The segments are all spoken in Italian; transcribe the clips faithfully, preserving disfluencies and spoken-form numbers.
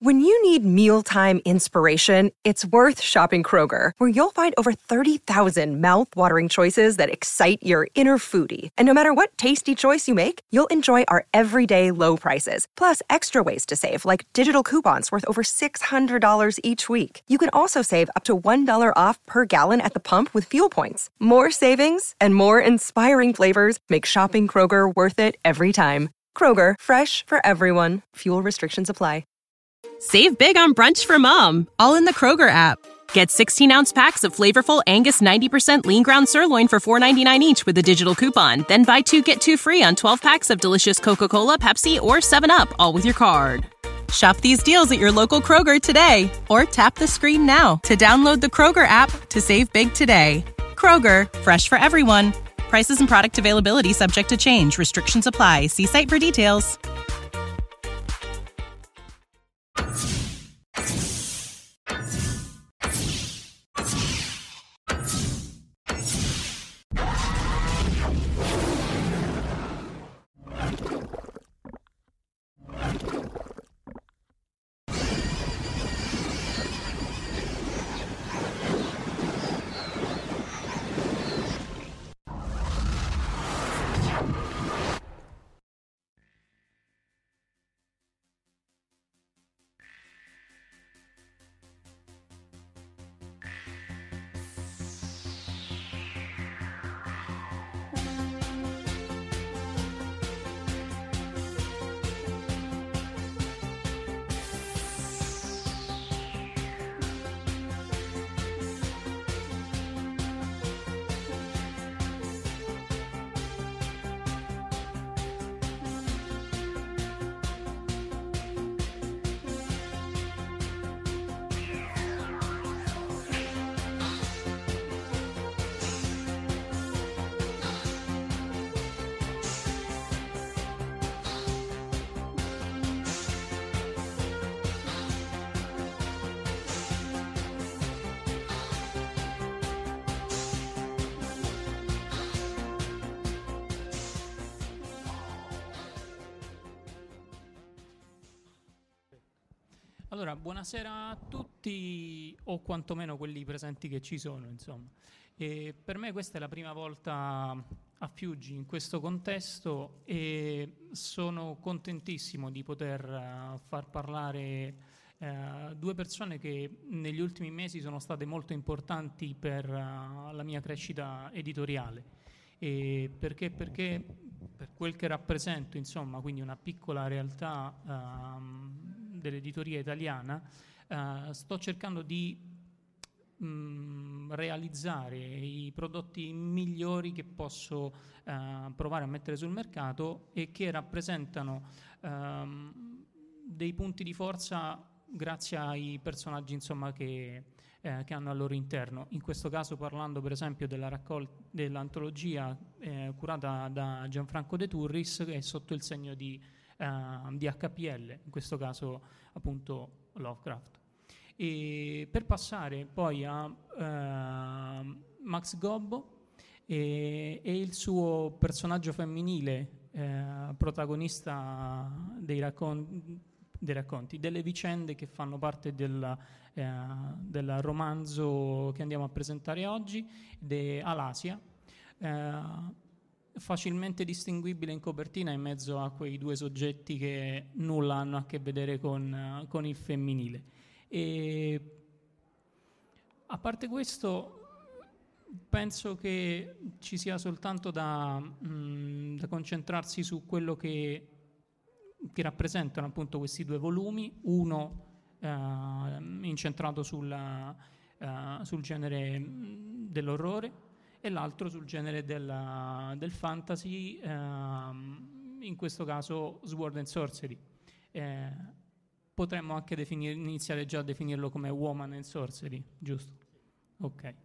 When you need mealtime inspiration, it's worth shopping Kroger, where you'll find over thirty thousand mouth-watering choices that excite your inner foodie. And no matter what tasty choice you make, you'll enjoy our everyday low prices, plus extra ways to save, like digital coupons worth over six hundred dollars each week. You can also save up to one dollar off per gallon at the pump with fuel points. More savings and more inspiring flavors make shopping Kroger worth it every time. Kroger, fresh for everyone. Fuel restrictions apply. Save big on brunch for mom, all in the Kroger app. Get sixteen-ounce packs of flavorful Angus ninety percent lean ground sirloin for four ninety-nine each with a digital coupon. Then buy two, get two free on twelve packs of delicious Coca-Cola, Pepsi, or seven up, all with your card. Shop these deals at your local Kroger today, or tap the screen now to download the Kroger app to save big today. Kroger, fresh for everyone. Prices and product availability subject to change. Restrictions apply. See site for details. Allora, buonasera a tutti, o quantomeno quelli presenti che ci sono, insomma. E per me questa è la prima volta a Fiuggi in questo contesto e sono contentissimo di poter uh, far parlare uh, due persone che negli ultimi mesi sono state molto importanti per uh, la mia crescita editoriale. E perché? Perché per quel che rappresento, insomma, quindi una piccola realtà um, dell'editoria italiana, uh, sto cercando di mh, realizzare i prodotti migliori che posso uh, provare a mettere sul mercato e che rappresentano um, dei punti di forza grazie ai personaggi, insomma, che, eh, che hanno al loro interno. In questo caso parlando per esempio della raccol- dell'antologia eh, curata da Gianfranco De Turris, che è sotto il segno di Uh, di H P L, in questo caso appunto Lovecraft. E per passare poi a uh, Max Gobbo e, e il suo personaggio femminile, uh, protagonista dei, raccon- dei racconti, delle vicende che fanno parte del, uh, del romanzo che andiamo a presentare oggi, di Alasia, uh, facilmente distinguibile in copertina in mezzo a quei due soggetti che nulla hanno a che vedere con, uh, con il femminile. E a parte questo, penso che ci sia soltanto da, mh, da concentrarsi su quello che, che rappresentano appunto questi due volumi, uno uh, incentrato sulla, uh, sul genere dell'orrore e l'altro sul genere della, del fantasy, ehm, in questo caso Sword and Sorcery. Eh, potremmo anche definire, iniziare già a definirlo come Woman and Sorcery, giusto? Ok.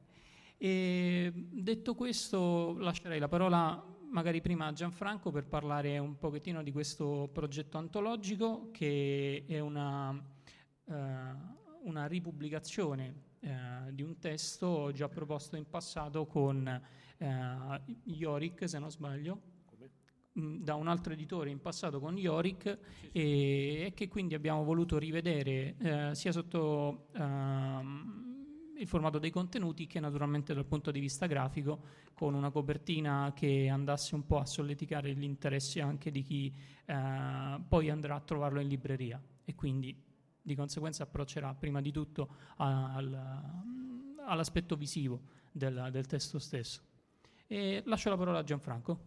E detto questo, lascerei la parola magari prima a Gianfranco per parlare un pochettino di questo progetto antologico, che è una, eh, una ripubblicazione Uh, di un testo già proposto in passato con uh, Yorick, se non sbaglio. Come? mh, da un altro editore in passato con Yorick, sì, sì. E, e che quindi abbiamo voluto rivedere eh, sia sotto ehm, il formato dei contenuti che naturalmente dal punto di vista grafico, con una copertina che andasse un po' a solleticare gli interessi anche di chi eh, poi andrà a trovarlo in libreria e quindi di conseguenza approccerà prima di tutto al, all'aspetto visivo del, del testo stesso. E lascio la parola a Gianfranco.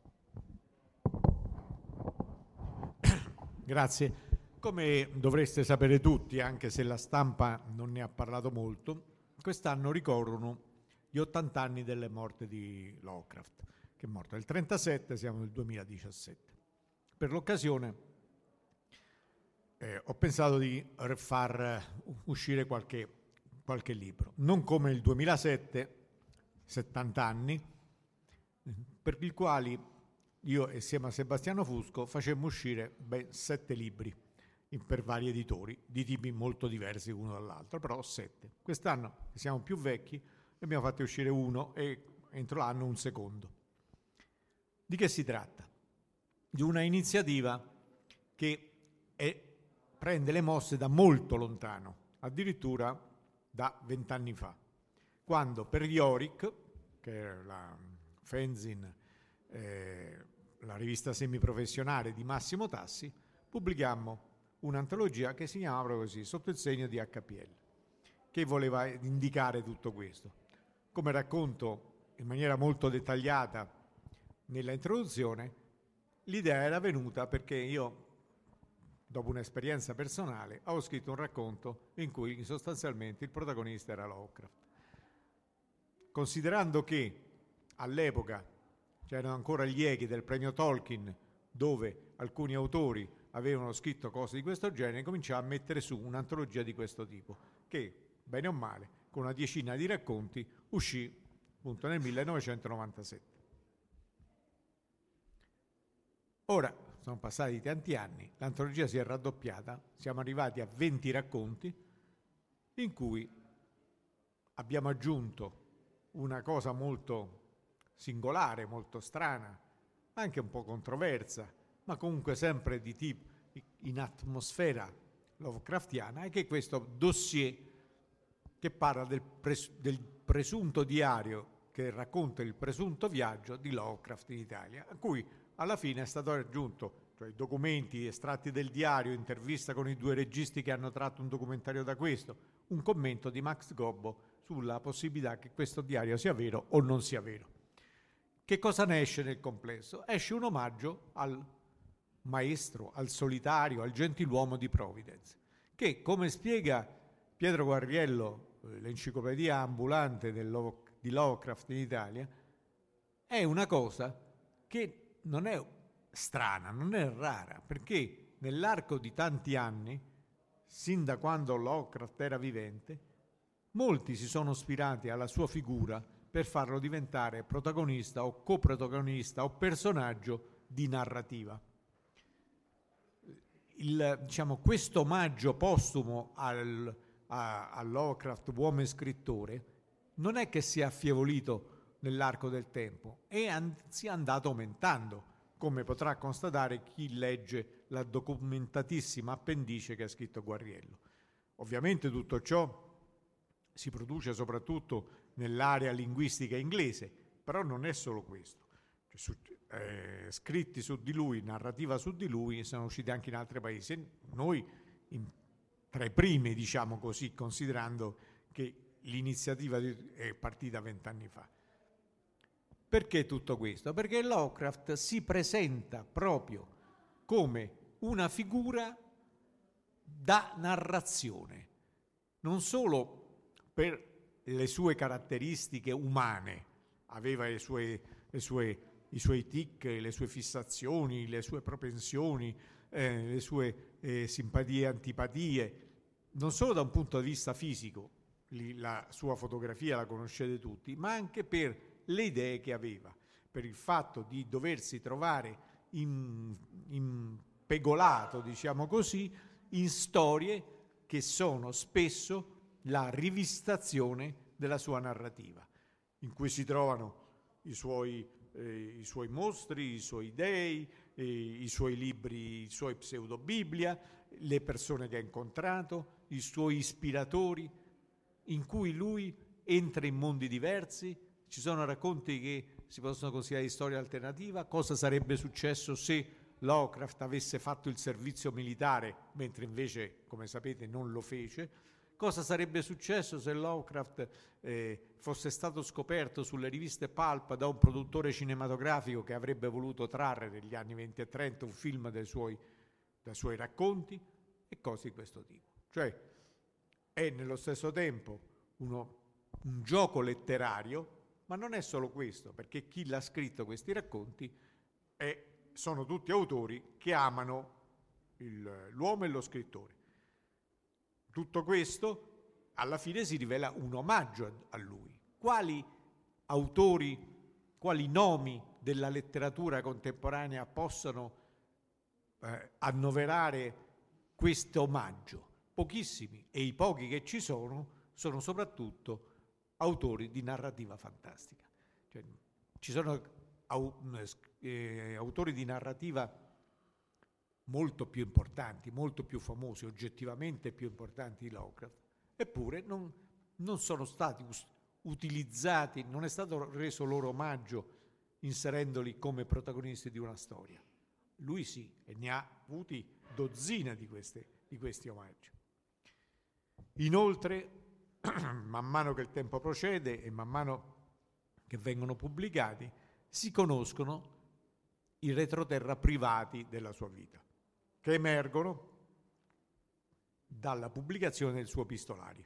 Grazie. Come dovreste sapere tutti, anche se la stampa non ne ha parlato molto, quest'anno ricorrono gli ottanta anni delle morte di Lovecraft, che è morto nel trentasette, siamo nel duemiladiciassette. Per l'occasione eh, ho pensato di far uscire qualche, qualche libro, non come il duemilasette, settanta anni, per i quali io insieme a Sebastiano Fusco facemmo uscire ben sette libri per vari editori di tipi molto diversi uno dall'altro, però sette. Quest'anno siamo più vecchi e abbiamo fatto uscire uno e entro l'anno un secondo. Di che si tratta? Di una iniziativa che è, prende le mosse da molto lontano, addirittura da vent'anni fa, quando per Yorick, che è la fanzine, eh, la rivista semiprofessionale di Massimo Tassi, pubblicammo un'antologia che si chiama proprio così, Sotto il segno di acca pi elle, che voleva indicare tutto questo. Come racconto in maniera molto dettagliata nella introduzione, l'idea era venuta perché io, dopo un'esperienza personale, avevo scritto un racconto in cui sostanzialmente il protagonista era Lovecraft. Considerando che all'epoca c'erano ancora gli echi del premio Tolkien, dove alcuni autori avevano scritto cose di questo genere, cominciò a mettere su un'antologia di questo tipo, che, bene o male, con una decina di racconti, uscì appunto nel millenovecentonovantasette. Ora, sono passati tanti anni, l'antologia si è raddoppiata, siamo arrivati a venti racconti, in cui abbiamo aggiunto una cosa molto singolare, molto strana, anche un po' controversa, ma comunque sempre di tipo in atmosfera lovecraftiana, è che questo dossier che parla del, pres- del presunto diario che racconta il presunto viaggio di Lovecraft in Italia, a cui alla fine è stato aggiunto, cioè i documenti estratti del diario, intervista con i due registi che hanno tratto un documentario da questo, un commento di Max Gobbo sulla possibilità che questo diario sia vero o non sia vero. Che cosa ne esce nel complesso? Esce un omaggio al maestro, al solitario, al gentiluomo di Providence, che, come spiega Pietro Guarriello, l'enciclopedia ambulante del Love, di Lovecraft in Italia, è una cosa che non è strana, non è rara, perché nell'arco di tanti anni, sin da quando Lovecraft era vivente, molti si sono ispirati alla sua figura per farlo diventare protagonista o coprotagonista o personaggio di narrativa. Il, diciamo, questo omaggio postumo al, a, a Lovecraft, uomo e scrittore, non è che si è affievolito nell'arco del tempo, è anzi andato aumentando, come potrà constatare chi legge la documentatissima appendice che ha scritto Guarriello. Ovviamente tutto ciò si produce soprattutto nell'area linguistica inglese, però non è solo questo. Cioè, su, eh, scritti su di lui, narrativa su di lui, sono usciti anche in altri paesi. Noi in, tra i primi, diciamo così, considerando che l'iniziativa è partita vent'anni fa. Perché tutto questo? Perché Lovecraft si presenta proprio come una figura da narrazione, non solo per le sue caratteristiche umane, aveva le sue, le sue, i suoi tic, le sue fissazioni, le sue propensioni, eh, le sue eh, simpatie e antipatie, non solo da un punto di vista fisico, la sua fotografia la conoscete tutti, ma anche per le idee che aveva, per il fatto di doversi trovare impegolato, diciamo così, in storie che sono spesso la rivistazione della sua narrativa, in cui si trovano i suoi eh, i suoi mostri, i suoi dei, eh, i suoi libri, i suoi pseudobiblia, le persone che ha incontrato, i suoi ispiratori, in cui lui entra in mondi diversi. Ci sono racconti che si possono considerare di storia alternativa. Cosa sarebbe successo se Lovecraft avesse fatto il servizio militare, mentre invece, come sapete, non lo fece? Cosa sarebbe successo se Lovecraft eh, fosse stato scoperto sulle riviste Pulp da un produttore cinematografico che avrebbe voluto trarre negli anni venti e trenta un film dei suoi, dei suoi racconti e cose di questo tipo? Cioè, è nello stesso tempo uno, un gioco letterario, ma non è solo questo, perché chi l'ha scritto questi racconti è, sono tutti autori che amano il, l'uomo e lo scrittore. Tutto questo alla fine si rivela un omaggio a lui. Quali autori, quali nomi della letteratura contemporanea possono eh, annoverare questo omaggio? Pochissimi, e i pochi che ci sono sono soprattutto autori di narrativa fantastica. Cioè, ci sono au, eh, autori di narrativa molto più importanti, molto più famosi, oggettivamente più importanti di Lovecraft, eppure non, non sono stati us- utilizzati, non è stato reso loro omaggio inserendoli come protagonisti di una storia. Lui sì, e ne ha avuti dozzine di, queste, di questi omaggi. Inoltre, man mano che il tempo procede e man mano che vengono pubblicati, si conoscono i retroterra privati della sua vita, che emergono dalla pubblicazione del suo epistolario.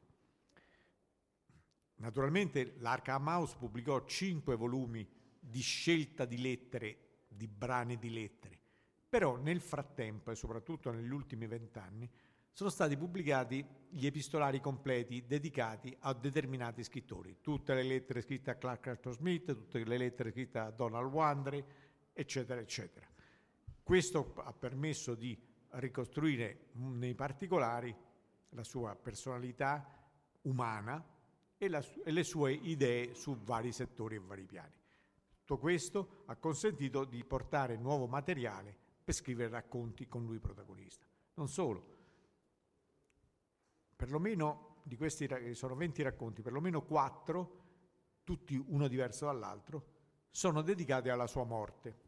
Naturalmente l'Arkham House pubblicò cinque volumi di scelta di lettere, di brani di lettere, però nel frattempo, e soprattutto negli ultimi vent'anni, sono stati pubblicati gli epistolari completi dedicati a determinati scrittori, tutte le lettere scritte a Clark Arthur Smith, tutte le lettere scritte a Donald Wandrei, eccetera, eccetera. Questo ha permesso di ricostruire nei particolari la sua personalità umana e, la, e le sue idee su vari settori e vari piani. Tutto questo ha consentito di portare nuovo materiale per scrivere racconti con lui protagonista. Non solo, perlomeno di questi sono venti racconti, perlomeno quattro, tutti uno diverso dall'altro, sono dedicati alla sua morte,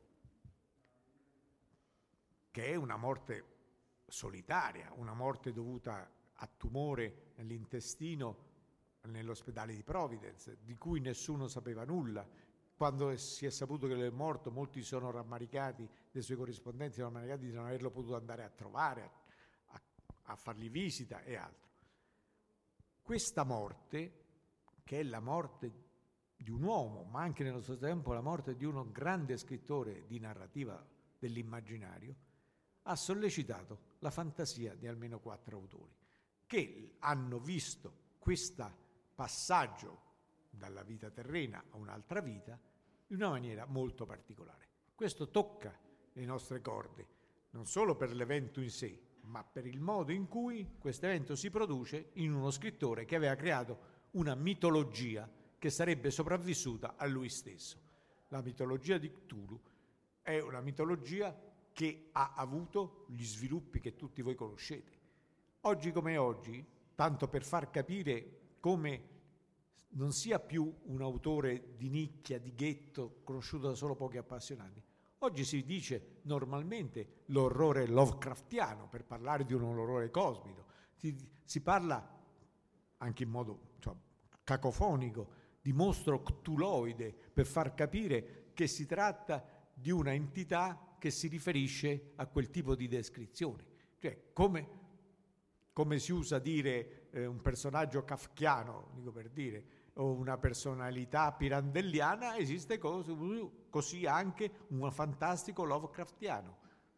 che è una morte solitaria, una morte dovuta a tumore nell'intestino nell'ospedale di Providence, di cui nessuno sapeva nulla. Quando si è saputo che lui è morto, molti sono rammaricati, dei suoi corrispondenti sono rammaricati di non averlo potuto andare a trovare, a, a, a fargli visita e altro. Questa morte, che è la morte di un uomo, ma anche nello stesso tempo la morte di uno grande scrittore di narrativa dell'immaginario, ha sollecitato la fantasia di almeno quattro autori che hanno visto questo passaggio dalla vita terrena a un'altra vita in una maniera molto particolare. Questo tocca le nostre corde, non solo per l'evento in sé, ma per il modo in cui questo evento si produce in uno scrittore che aveva creato una mitologia che sarebbe sopravvissuta a lui stesso. La mitologia di Cthulhu è una mitologia che ha avuto gli sviluppi che tutti voi conoscete. Oggi come oggi, tanto per far capire come non sia più un autore di nicchia, di ghetto, conosciuto da solo pochi appassionati, oggi si dice normalmente l'orrore Lovecraftiano per parlare di un orrore cosmico. Si, si parla anche in modo cioè, cacofonico di mostro ctuloide per far capire che si tratta di una entità che si riferisce a quel tipo di descrizione. Cioè, come, come si usa dire eh, un personaggio kafkiano, dico per dire, o una personalità pirandelliana, esiste così, così anche un fantastico Lovecraftiano.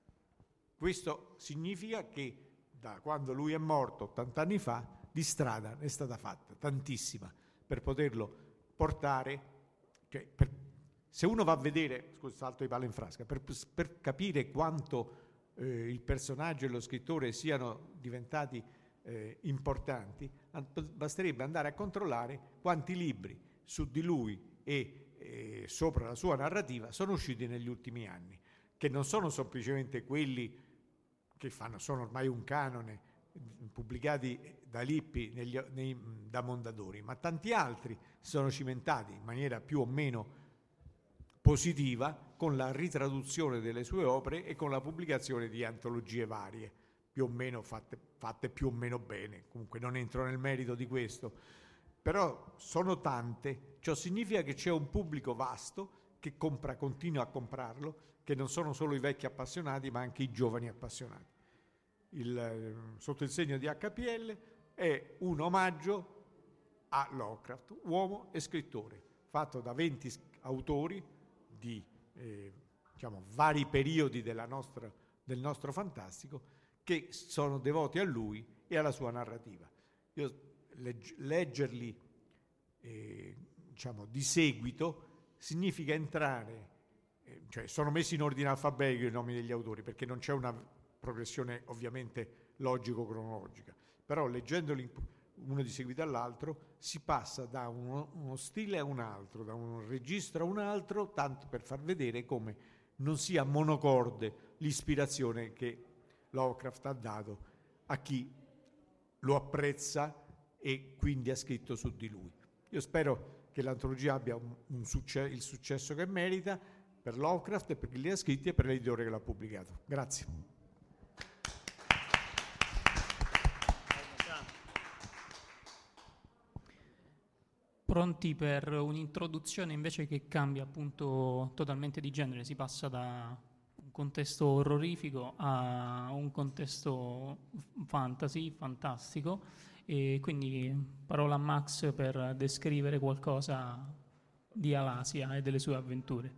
Questo significa che da quando lui è morto ottanta anni fa, di strada è stata fatta tantissima per poterlo portare, cioè per, se uno va a vedere, scusa, salto di palo in frasca, per, per capire quanto eh, il personaggio e lo scrittore siano diventati eh, importanti, basterebbe andare a controllare quanti libri su di lui e eh, sopra la sua narrativa sono usciti negli ultimi anni, che non sono semplicemente quelli che fanno, sono ormai un canone, pubblicati da Lippi negli, nei, da Mondadori, ma tanti altri si sono cimentati in maniera più o meno positiva con la ritraduzione delle sue opere e con la pubblicazione di antologie varie, più o meno fatte, fatte più o meno bene. Comunque non entro nel merito di questo, però sono tante. Ciò significa che c'è un pubblico vasto che compra, continua a comprarlo, che non sono solo i vecchi appassionati ma anche i giovani appassionati. Il, sotto il segno di H P L è un omaggio a Lovecraft, uomo e scrittore, fatto da venti autori di eh, diciamo, vari periodi della nostra, del nostro fantastico, che sono devoti a lui e alla sua narrativa. Io legg- leggerli eh, diciamo, di seguito significa entrare, eh, cioè sono messi in ordine alfabetico i nomi degli autori, perché non c'è una progressione ovviamente logico-cronologica, però leggendoli uno di seguito all'altro si passa da uno, uno stile a un altro, da un registro a un altro, tanto per far vedere come non sia monocorde l'ispirazione che Lovecraft ha dato a chi lo apprezza e quindi ha scritto su di lui. Io spero che l'antologia abbia un, un succe- il successo che merita per Lovecraft e per chi li ha scritti e per l'editore che l'ha pubblicato. Grazie. Pronti per un'introduzione invece che cambia appunto totalmente di genere, si passa da un contesto orrorifico a un contesto fantasy, fantastico, e quindi parola a Max per descrivere qualcosa di Alasia e delle sue avventure.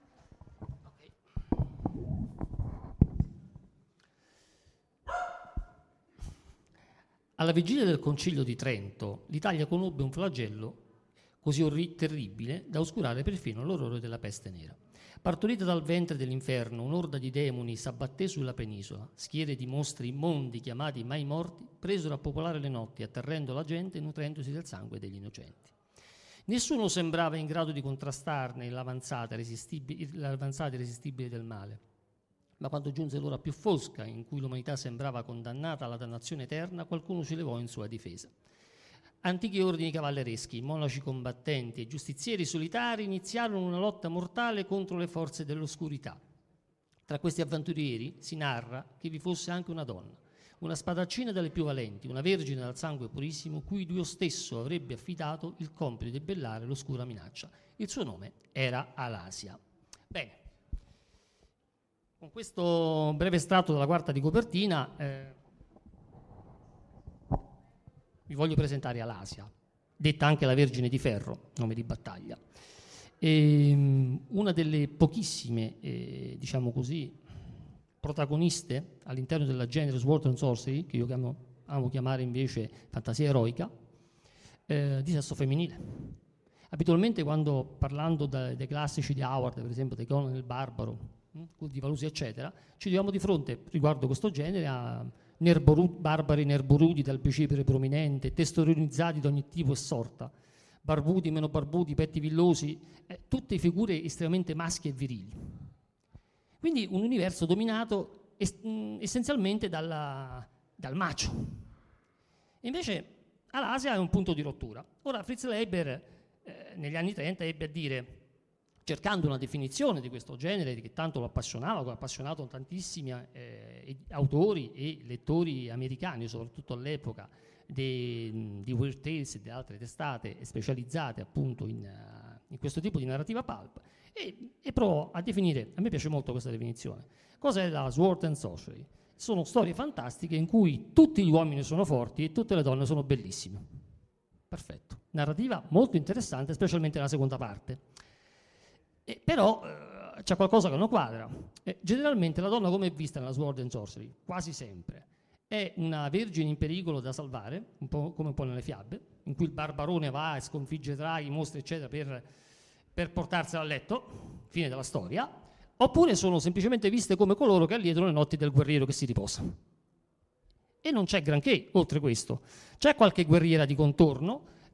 Alla vigilia del Concilio di Trento, l'Italia conobbe un flagello così orri- terribile da oscurare perfino l'orrore della peste nera. Partorita dal ventre dell'inferno, un'orda di demoni s'abbatté sulla penisola. Schiere di mostri immondi, chiamati mai morti, presero a popolare le notti, atterrendo la gente e nutrendosi del sangue degli innocenti. Nessuno sembrava in grado di contrastarne l'avanzata irresistibile, l'avanzata irresistibile del male. Ma quando giunse l'ora più fosca, in cui l'umanità sembrava condannata alla dannazione eterna, qualcuno si levò in sua difesa. Antichi ordini cavallereschi, monaci combattenti e giustizieri solitari iniziarono una lotta mortale contro le forze dell'oscurità. Tra questi avventurieri si narra che vi fosse anche una donna, una spadaccina delle più valenti, una vergine dal sangue purissimo, cui Dio stesso avrebbe affidato il compito di debellare l'oscura minaccia. Il suo nome era Alasia. Bene, con questo breve estratto dalla quarta di copertina eh, vi voglio presentare Alasia, detta anche la Vergine di Ferro, nome di battaglia. E, una delle pochissime, eh, diciamo così, protagoniste all'interno della genere Sword and Sorcery, che io chiamo, amo chiamare invece fantasia eroica, eh, di sesso femminile. Abitualmente quando parlando da, dei classici di Howard, per esempio di Conan il Barbaro, hm, di Valusi eccetera, ci troviamo di fronte riguardo questo genere a nerboru- barbari nerborudi dal bicipite prominente, testoronizzati di ogni tipo e sorta, barbuti, meno barbuti, petti villosi, eh, tutte figure estremamente maschi e virili. Quindi un universo dominato es- mh, essenzialmente dalla, dal macho. Invece Alasia è un punto di rottura. Ora Fritz Leiber eh, negli anni trenta ebbe a dire, cercando una definizione di questo genere che tanto lo appassionava, che ha appassionato tantissimi eh, autori e lettori americani, soprattutto all'epoca, de, di Weird Tales e di altre testate specializzate appunto in, uh, in questo tipo di narrativa pulp, e, e provò a definire, a me piace molto questa definizione, cos'è la Sword and Sorcery? Sono storie fantastiche in cui tutti gli uomini sono forti e tutte le donne sono bellissime. Perfetto. Narrativa molto interessante, specialmente nella seconda parte. Eh, però eh, c'è qualcosa che non quadra. Eh, generalmente la donna come è vista nella Sword and Sorcery? Quasi sempre. È una vergine in pericolo da salvare, un po' come un po' nelle fiabe, in cui il barbarone va e sconfigge draghi, mostri eccetera per, per portarsela a letto, fine della storia, oppure sono semplicemente viste come coloro che allietano le notti del guerriero che si riposa. E non c'è granché oltre questo. C'è qualche guerriera di contorno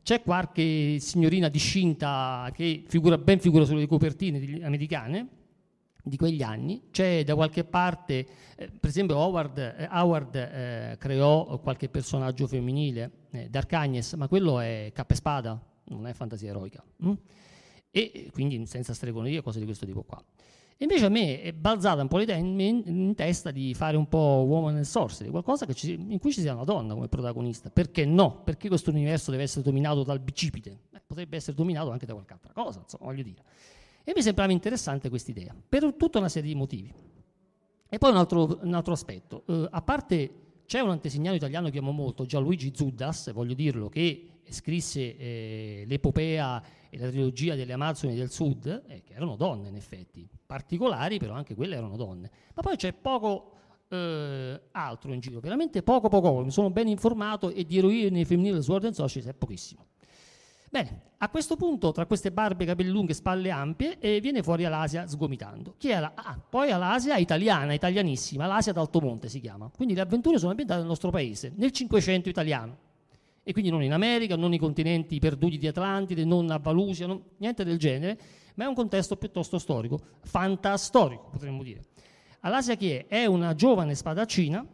c'è qualche signorina discinta che figura, ben figura sulle copertine americane di quegli anni, c'è da qualche parte, eh, per esempio Howard, eh, Howard eh, creò qualche personaggio femminile, eh, D'Arcagnes, ma quello è cappa e spada, non è fantasia eroica, hm? E quindi senza stregoneria, cose di questo tipo qua. E invece a me è balzata un po' l'idea in, in, in testa di fare un po' Woman and Sorcery, qualcosa che ci, in cui ci sia una donna come protagonista. Perché no? Perché questo universo deve essere dominato dal bicipite? Eh, potrebbe essere dominato anche da qualche altra cosa, insomma, voglio dire. E mi sembrava interessante questa idea, per tutta una serie di motivi. E poi un altro, un altro aspetto. Uh, a parte, c'è un antesignano italiano che amo molto, Gianluigi Zuddas, voglio dirlo, che scrisse eh, l'epopea e la trilogia delle Amazzoni del Sud, eh, che erano donne in effetti, particolari, però anche quelle erano donne. Ma poi c'è poco eh, altro in giro, veramente poco poco, mi sono ben informato e di eroine femminili Sword and Sorcery è pochissimo. Bene, a questo punto, tra queste barbe, capelli lunghi e spalle ampie, eh, viene fuori Alasia sgomitando. Chi è la? Ah, poi Alasia italiana, italianissima, l'Asia d'Altomonte si chiama. Quindi le avventure sono ambientate nel nostro paese, nel Cinquecento italiano. E quindi non in America, non nei continenti perduti di Atlantide, non a Valusia, non, niente del genere, ma è un contesto piuttosto storico, fantastorico potremmo dire. Alasia chi è? È una giovane spadaccina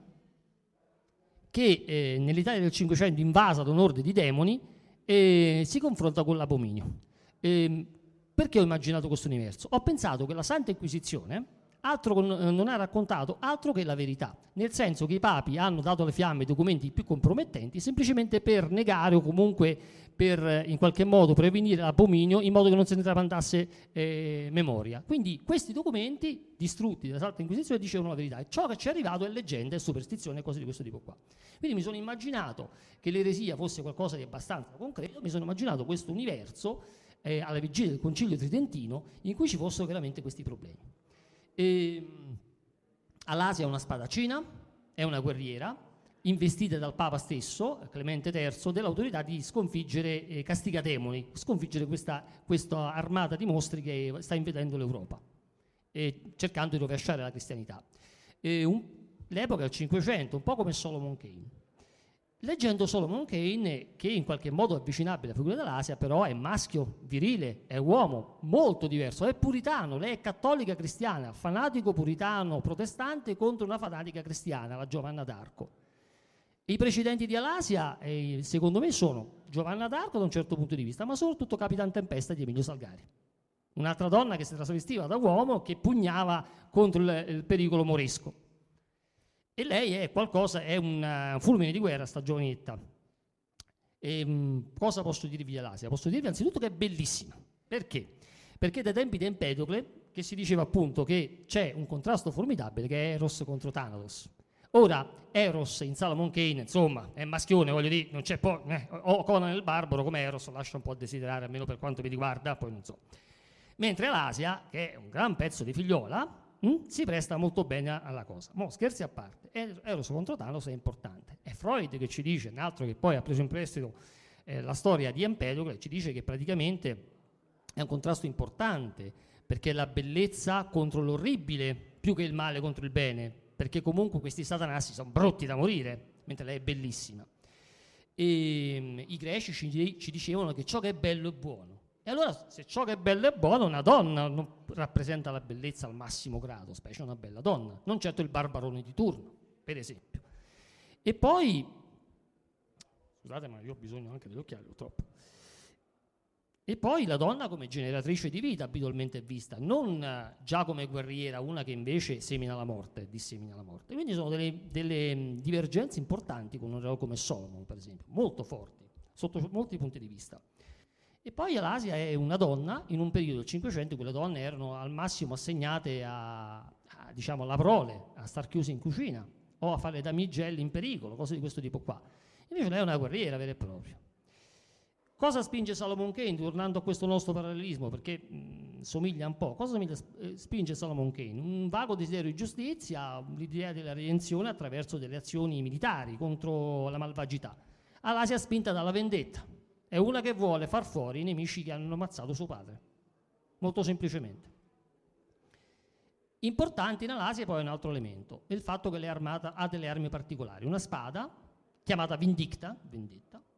che eh, nell'Italia del Cinquecento, invasa da un'orde di demoni, e si confronta con l'Abominio. E perché ho immaginato questo universo? Ho pensato che la Santa Inquisizione altro non ha raccontato altro che la verità, nel senso che i papi hanno dato alle fiamme i documenti più compromettenti semplicemente per negare o comunque per in qualche modo prevenire l'Abominio in modo che non se ne trapandasse eh, memoria. Quindi questi documenti distrutti dalla Santa Inquisizione dicevano la verità e ciò che ci è arrivato è leggenda e superstizione e cose di questo tipo qua. Quindi mi sono immaginato che l'eresia fosse qualcosa di abbastanza concreto, mi sono immaginato questo universo eh, alla vigilia del Concilio Tridentino in cui ci fossero veramente questi problemi. E, Alasia è una spadaccina, è una guerriera, investita dal Papa stesso, Clemente terzo, dell'autorità di sconfiggere eh, castigademoni, sconfiggere questa, questa armata di mostri che sta invadendo l'Europa, eh, cercando di rovesciare la cristianità. Eh, un, l'epoca è il Cinquecento, un po' come Solomon Kane. Leggendo Solomon Kane, che in qualche modo è avvicinabile alla figura dell'Asia, però è maschio, virile, è uomo, molto diverso, è puritano, lei è cattolica cristiana, fanatico puritano protestante contro una fanatica cristiana, la Giovanna d'Arco. I precedenti di Alasia, eh, secondo me, sono Giovanna d'Arco da un certo punto di vista, ma soprattutto Capitan Tempesta di Emilio Salgari. Un'altra donna che si trasvestiva da uomo, che pugnava contro il, il pericolo moresco. E lei è qualcosa, è un uh, fulmine di guerra, sta giovanetta. E, um, cosa posso dirvi di Alasia? Posso dirvi anzitutto che è bellissima. Perché? Perché dai tempi di Empedocle, che si diceva appunto che c'è un contrasto formidabile che è Eros contro Thanatos. Ora, Eros in Solomon Kane, insomma, è maschione, voglio dire, non c'è poi, eh, o Conan il Barbaro come Eros, lascia un po' a desiderare, almeno per quanto mi riguarda, poi non so. Mentre Alasia, che è un gran pezzo di figliola, Mm? si presta molto bene alla cosa. Mo, scherzi a parte, Eros contro Thanos è importante. È Freud che ci dice, un altro che poi ha preso in prestito eh, la storia di Empedocle, ci dice che praticamente è un contrasto importante, perché è la bellezza contro l'orribile più che il male contro il bene, perché comunque questi satanassi sono brutti da morire, mentre lei è bellissima. E, um, i greci ci, ci dicevano che ciò che è bello è buono. E allora, se ciò che è bello è buono, una donna non rappresenta la bellezza al massimo grado, specie una bella donna, non certo il barbarone di turno, per esempio. E poi, scusate, ma io ho bisogno anche degli occhiali, purtroppo. E poi la donna come generatrice di vita abitualmente è vista, non già come guerriera, una che invece semina la morte, dissemina la morte. Quindi sono delle, delle divergenze importanti con un re come Solomon, per esempio, molto forti, sotto molti punti di vista. E poi Alasia è una donna, in un periodo del Cinquecento in cui le donne erano al massimo assegnate a, a, diciamo, alla prole, a star chiuse in cucina o a fare damigelle in pericolo, cose di questo tipo qua. Invece lei è una guerriera vera e propria. Cosa spinge Solomon Kane, tornando a questo nostro parallelismo, perché mh, somiglia un po', cosa somiglia, eh, spinge Solomon Kane? Un vago desiderio di giustizia, l'idea della redenzione attraverso delle azioni militari contro la malvagità. Alasia è spinta dalla vendetta. È una che vuole far fuori i nemici che hanno ammazzato suo padre, molto semplicemente. Importante in Alasia poi è un altro elemento, è il fatto che lei armata ha delle armi particolari, una spada chiamata Vindicta, vendetta,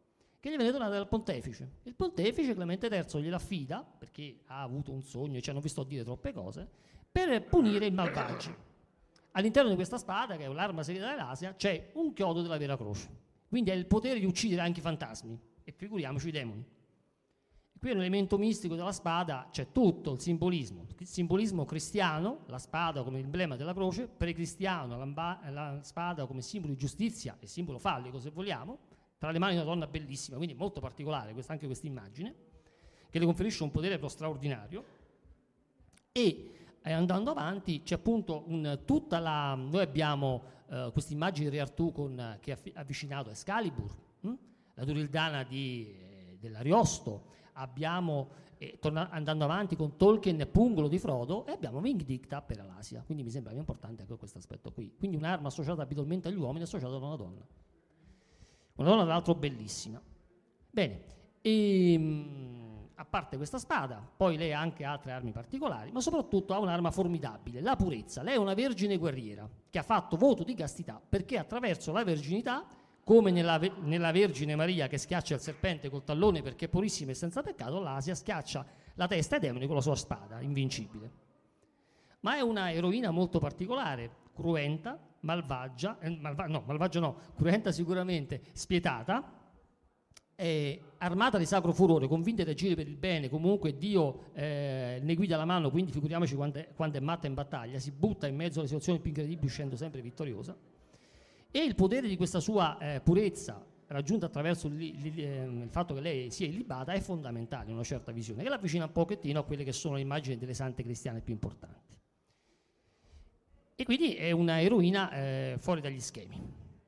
che gli viene donata dal pontefice. Il pontefice Clemente terzo gliela affida, perché ha avuto un sogno, cioè non vi sto a dire troppe cose, per punire i malvagi. All'interno di questa spada, che è l'arma segreta dell'Asia, c'è un chiodo della vera croce. Quindi ha il potere di uccidere anche i fantasmi, e figuriamoci i demoni. E qui è un elemento mistico della spada, c'è tutto il simbolismo. Il simbolismo cristiano, la spada come emblema della croce, pre-cristiano, la, la spada come simbolo di giustizia e simbolo fallico, se vogliamo, tra le mani di una donna bellissima, quindi molto particolare questa, anche questa immagine, che le conferisce un potere proprio straordinario. E eh, andando avanti c'è appunto un, tutta la... Noi abbiamo eh, questa immagine di Re Artù con, che è avvicinato a Excalibur, hm? La Durildana di, eh, dell'Ariosto, abbiamo, eh, torna, andando avanti con Tolkien e Pungolo di Frodo, e abbiamo Vingdicta per Alasia, quindi mi sembrava importante anche questo aspetto qui. Quindi un'arma associata abitualmente agli uomini, associata ad una donna. Una donna, tra l'altro, bellissima. Bene, e, mh, a parte questa spada, poi lei ha anche altre armi particolari, ma soprattutto ha un'arma formidabile, la purezza. Lei è una vergine guerriera che ha fatto voto di castità perché attraverso la verginità, come nella, nella Vergine Maria che schiaccia il serpente col tallone perché è purissima e senza peccato, l'Asia schiaccia la testa ai demoni con la sua spada, invincibile. Ma è una eroina molto particolare, cruenta, malvagia, eh, malva- no, malvagia no, cruenta sicuramente, spietata, eh, armata di sacro furore, convinta di agire per il bene, comunque Dio eh, ne guida la mano, quindi figuriamoci quando è, quando è matta in battaglia, si butta in mezzo alle situazioni più incredibili uscendo sempre vittoriosa, e il potere di questa sua eh, purezza raggiunta attraverso il, il, il fatto che lei sia illibata è fondamentale in una certa visione, che l'avvicina un pochettino a quelle che sono le immagini delle sante cristiane più importanti. E quindi è una eroina eh, fuori dagli schemi.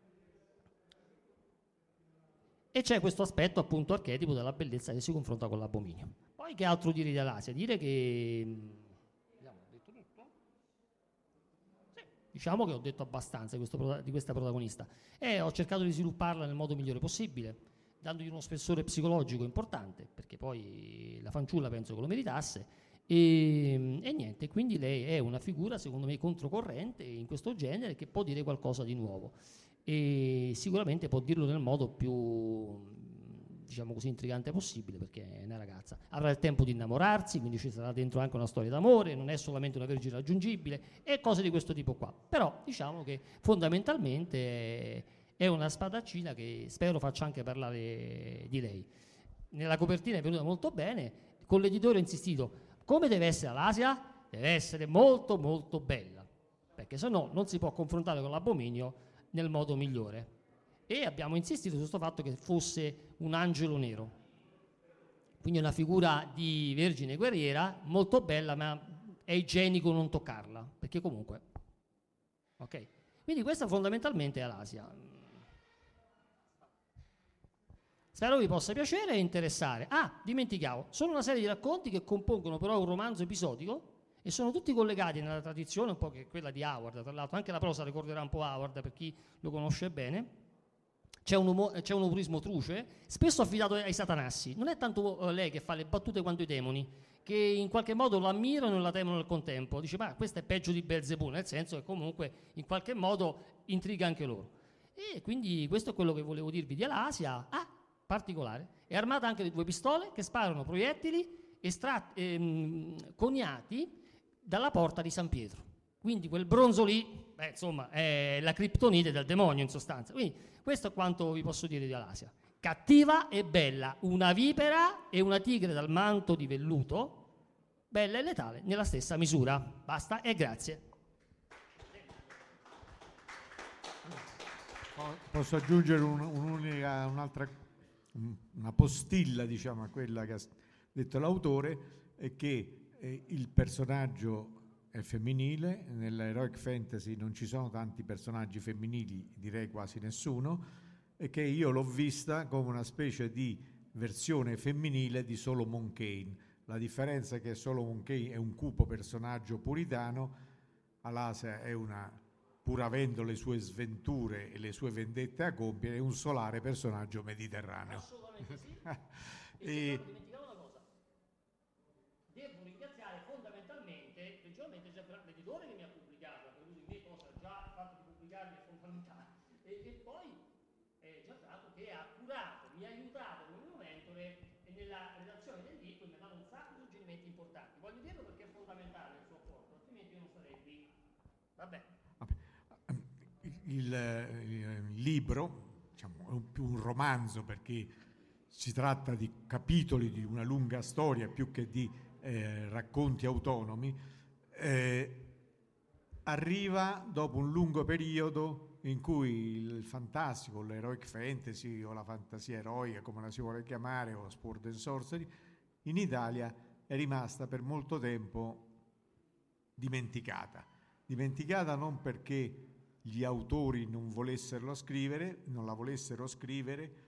E c'è questo aspetto appunto archetipo della bellezza che si confronta con l'abominio. Poi che altro dire dell'Asia? Dire che... Vediamo, ho detto tutto? Sì, diciamo che ho detto abbastanza di, questo, di questa protagonista. E ho cercato di svilupparla nel modo migliore possibile, dandogli uno spessore psicologico importante, perché poi la fanciulla penso che lo meritasse. E, e niente, quindi lei è una figura secondo me controcorrente in questo genere che può dire qualcosa di nuovo e sicuramente può dirlo nel modo più, diciamo così, intrigante possibile, perché è una ragazza, avrà il tempo di innamorarsi, quindi ci sarà dentro anche una storia d'amore, non è solamente una vergine raggiungibile e cose di questo tipo qua, però diciamo che fondamentalmente è una spadaccina che spero faccia anche parlare di lei. Nella copertina è venuta molto bene, con l'editore ho insistito: come deve essere l'Asia? Deve essere molto molto bella, perché se no non si può confrontare con l'abominio nel modo migliore. E abbiamo insistito su questo fatto che fosse un angelo nero, quindi una figura di vergine guerriera molto bella, ma è igienico non toccarla, perché comunque, ok? Quindi questa fondamentalmente è l'Asia. Spero vi possa piacere e interessare. Ah, dimenticavo, sono una serie di racconti che compongono però un romanzo episodico e sono tutti collegati nella tradizione, un po' che è quella di Howard, tra l'altro anche la prosa ricorderà un po' Howard per chi lo conosce bene. C'è un, umo, c'è un umorismo truce, spesso affidato ai satanassi. Non è tanto uh, lei che fa le battute quanto i demoni, che in qualche modo lo ammirano e la temono al contempo. Dice, ma questo è peggio di Belzebù, nel senso che comunque in qualche modo intriga anche loro. E quindi questo è quello che volevo dirvi di Alasia. Ah, particolare, è armata anche di due pistole che sparano proiettili estratti, ehm, coniati dalla porta di San Pietro. Quindi quel bronzo lì, beh, insomma, è la criptonite del demonio in sostanza. Quindi questo è quanto vi posso dire di Alasia. Cattiva e bella, una vipera e una tigre dal manto di velluto, bella e letale nella stessa misura. Basta e grazie. Posso aggiungere un, un'unica, un'altra una postilla, diciamo, a quella che ha detto l'autore, è che eh, il personaggio è femminile. Nell'heroic fantasy non ci sono tanti personaggi femminili, direi quasi nessuno, e che io l'ho vista come una specie di versione femminile di Solomon Kane. La differenza è che Solomon Kane è un cupo personaggio puritano, Alasia è una, pur avendo le sue sventure e le sue vendette a compiere, è un solare personaggio mediterraneo. Assolutamente sì. e e dimenticavo una cosa. Devo ringraziare fondamentalmente, principalmente l'editore che mi ha pubblicato, per cui me cosa già fatto di pubblicarmi è fondamentale, e, e poi eh, Gianfranco che ha curato, mi ha aiutato nella redazione del libro mi ha dato un sacco di suggerimenti importanti. Voglio dirlo perché è fondamentale il suo apporto, altrimenti io non sarei qui. Vabbè. Il, il libro, diciamo, è un, più un romanzo perché si tratta di capitoli di una lunga storia più che di eh, racconti autonomi, eh, arriva dopo un lungo periodo in cui il fantastico, l'heroic fantasy o la fantasia eroica, come la si vuole chiamare, o Sword and Sorcery, in Italia è rimasta per molto tempo dimenticata. Dimenticata non perché gli autori non volessero scrivere, non la volessero scrivere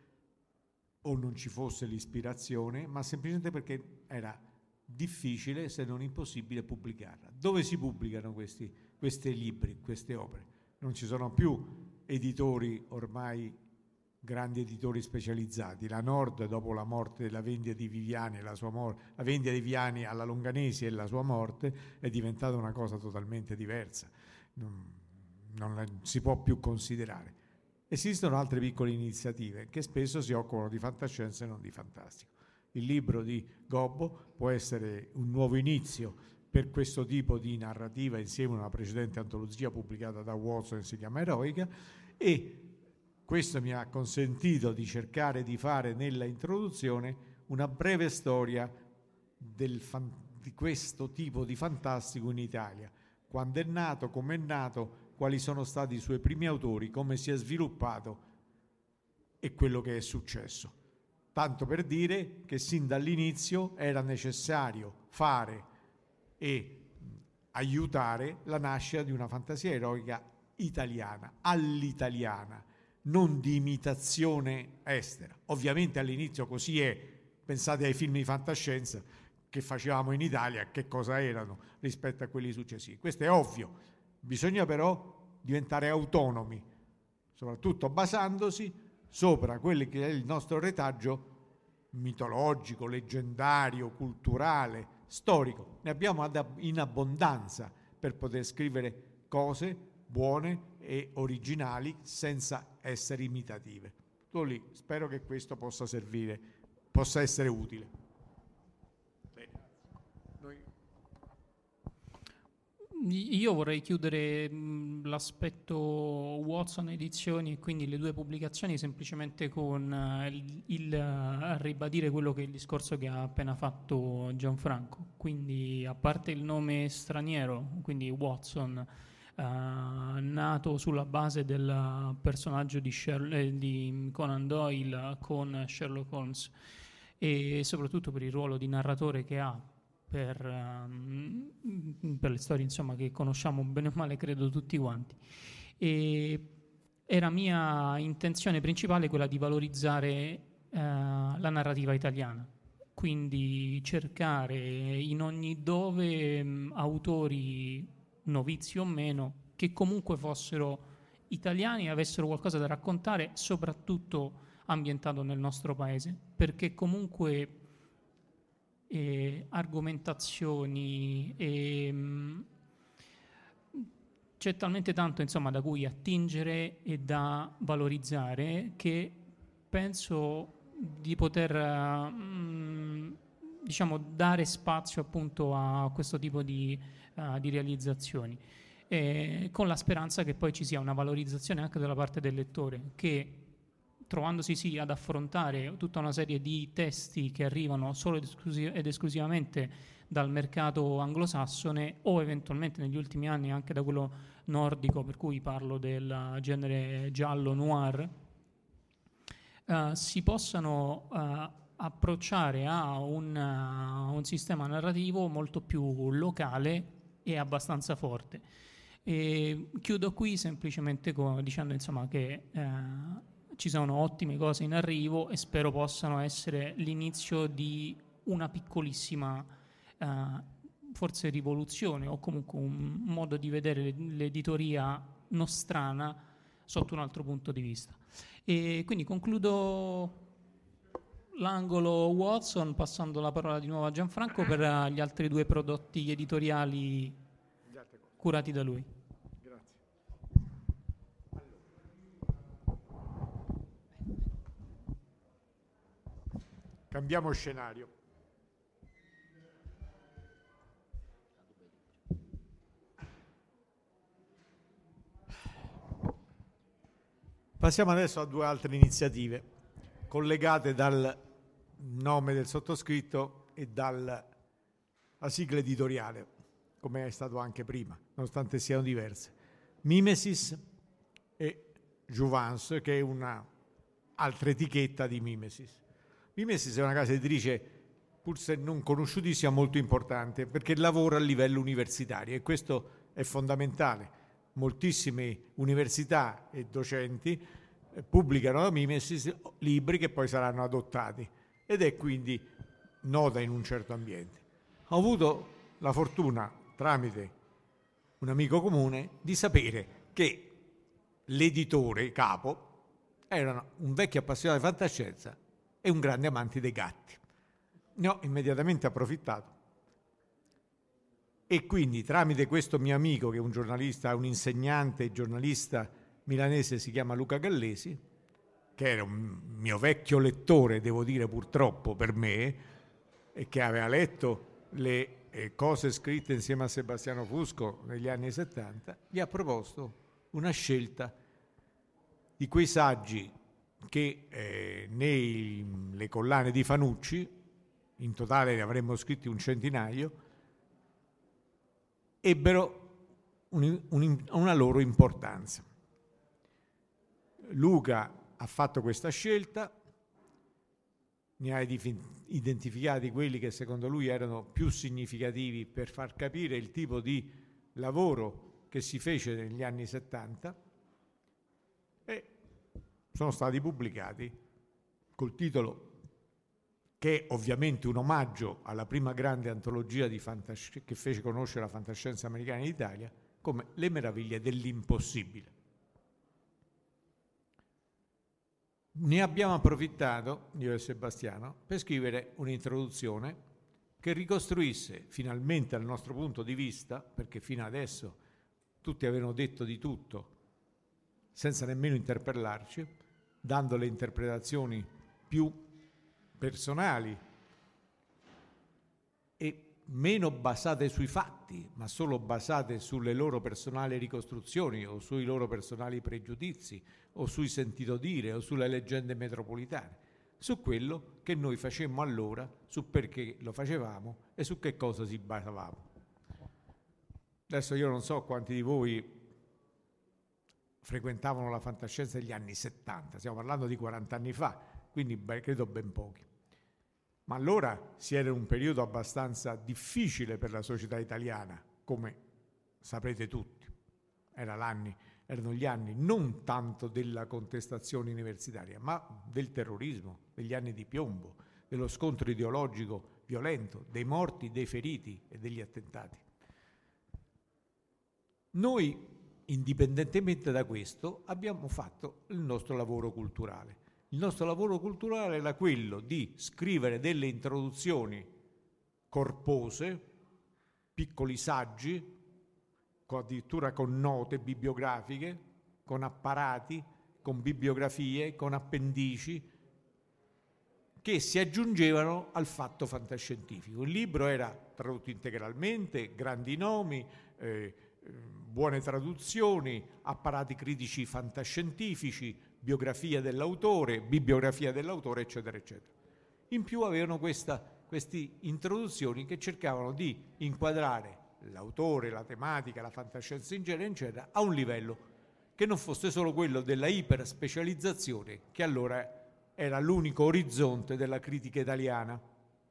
o non ci fosse l'ispirazione, ma semplicemente perché era difficile, se non impossibile, pubblicarla. Dove si pubblicano questi, questi libri, queste opere? Non ci sono più editori ormai, grandi editori specializzati. La Nord, dopo la morte della Vendia di Viviani e la sua morte, la Vendia di Viviani alla Longanesi e la sua morte, è diventata una cosa totalmente diversa. Non, non la, si può più considerare. Esistono altre piccole iniziative che spesso si occupano di fantascienza e non di fantastico. Il libro di Gobbo può essere un nuovo inizio per questo tipo di narrativa insieme a una precedente antologia pubblicata da Watson che si chiama Eroica, e questo mi ha consentito di cercare di fare nella introduzione una breve storia del fan, di questo tipo di fantastico in Italia. Quando è nato, come è nato, quali sono stati i suoi primi autori, come si è sviluppato e quello che è successo. Tanto per dire che sin dall'inizio era necessario fare e aiutare la nascita di una fantasia eroica italiana, all'italiana, non di imitazione estera. Ovviamente all'inizio così è. Pensate ai film di fantascienza che facevamo in Italia, che cosa erano rispetto a quelli successivi. Questo è ovvio. Bisogna però diventare autonomi, soprattutto basandosi sopra quello che è il nostro retaggio mitologico, leggendario, culturale, storico. Ne abbiamo in abbondanza per poter scrivere cose buone e originali senza essere imitative. Tutto lì. Spero che questo possa servire, possa essere utile. Io vorrei chiudere mh, l'aspetto Watson Edizioni e quindi le due pubblicazioni semplicemente con uh, il, il uh, ribadire quello che è il discorso che ha appena fatto Gianfranco. Quindi, a parte il nome straniero, quindi Watson, uh, nato sulla base del personaggio di, Sherlock, eh, di Conan Doyle con Sherlock Holmes, e soprattutto per il ruolo di narratore che ha Per, um, per le storie, insomma, che conosciamo bene o male, credo tutti quanti. E era mia intenzione principale quella di valorizzare uh, la narrativa italiana, quindi cercare in ogni dove um, autori, novizi o meno, che comunque fossero italiani e avessero qualcosa da raccontare, soprattutto ambientato nel nostro paese, perché comunque E argomentazioni e mh, c'è talmente tanto, insomma, da cui attingere e da valorizzare, che penso di poter mh, diciamo dare spazio appunto a questo tipo di, uh, di realizzazioni, e con la speranza che poi ci sia una valorizzazione anche dalla parte del lettore, che trovandosi sì ad affrontare tutta una serie di testi che arrivano solo ed, esclusiv- ed esclusivamente dal mercato anglosassone, o eventualmente negli ultimi anni anche da quello nordico, per cui parlo del genere giallo noir, uh, si possano uh, approcciare a un, uh, un sistema narrativo molto più locale e abbastanza forte. E chiudo qui semplicemente con, dicendo, insomma, che uh, ci sono ottime cose in arrivo e spero possano essere l'inizio di una piccolissima, uh, forse rivoluzione, o comunque un modo di vedere l'editoria nostrana sotto un altro punto di vista. E quindi concludo l'angolo Watson passando la parola di nuovo a Gianfranco per gli altri due prodotti editoriali curati da lui. Cambiamo scenario. Passiamo adesso a due altre iniziative collegate dal nome del sottoscritto e dalla sigla editoriale, come è stato anche prima, nonostante siano diverse. Mimesis e Jouvence, che è una altra etichetta di Mimesis. Mimesis è una casa editrice, pur se non conosciutissima, molto importante, perché lavora a livello universitario e questo è fondamentale. Moltissime università e docenti eh, pubblicano da Mimesis libri che poi saranno adottati ed è quindi nota in un certo ambiente. Ho avuto la fortuna, tramite un amico comune, di sapere che l'editore capo era un vecchio appassionato di fantascienza e un grande amante dei gatti. Ne ho immediatamente approfittato e quindi tramite questo mio amico, che è un giornalista, un insegnante giornalista milanese, si chiama Luca Gallesi, che era un mio vecchio lettore, devo dire purtroppo per me, e che aveva letto le eh, cose scritte insieme a Sebastiano Fusco negli anni settanta, gli ha proposto una scelta di quei saggi che eh, nelle collane di Fanucci, in totale ne avremmo scritti un centinaio, ebbero un, un, una loro importanza. Luca ha fatto questa scelta, ne ha identificati quelli che secondo lui erano più significativi per far capire il tipo di lavoro che si fece negli anni settanta e sono stati pubblicati col titolo, che è ovviamente un omaggio alla prima grande antologia di fantasci- che fece conoscere la fantascienza americana in Italia, come Le meraviglie dell'impossibile. Ne abbiamo approfittato, io e Sebastiano, per scrivere un'introduzione che ricostruisse finalmente dal nostro punto di vista, perché fino adesso tutti avevano detto di tutto senza nemmeno interpellarci, dando le interpretazioni più personali e meno basate sui fatti, ma solo basate sulle loro personali ricostruzioni o sui loro personali pregiudizi o sui sentito dire o sulle leggende metropolitane, su quello che noi facemmo allora, su perché lo facevamo e su che cosa si basavamo. Adesso io non so quanti di voi frequentavano la fantascienza degli anni settanta, stiamo parlando di quaranta anni fa, quindi beh, credo ben pochi. Ma allora si era in un periodo abbastanza difficile per la società italiana, come saprete tutti. Era l'anni, erano gli anni non tanto della contestazione universitaria, ma del terrorismo, degli anni di piombo, dello scontro ideologico violento, dei morti, dei feriti e degli attentati. Noi, indipendentemente da questo, abbiamo fatto il nostro lavoro culturale. Il nostro lavoro culturale era quello di scrivere delle introduzioni corpose, piccoli saggi, addirittura con note bibliografiche, con apparati, con bibliografie, con appendici, che si aggiungevano al fatto fantascientifico. Il libro era tradotto integralmente, grandi nomi, eh, buone traduzioni, apparati critici fantascientifici, biografia dell'autore, bibliografia dell'autore, eccetera, eccetera. In più avevano questa, queste introduzioni che cercavano di inquadrare l'autore, la tematica, la fantascienza in genere, eccetera, a un livello che non fosse solo quello della iperspecializzazione, che allora era l'unico orizzonte della critica italiana.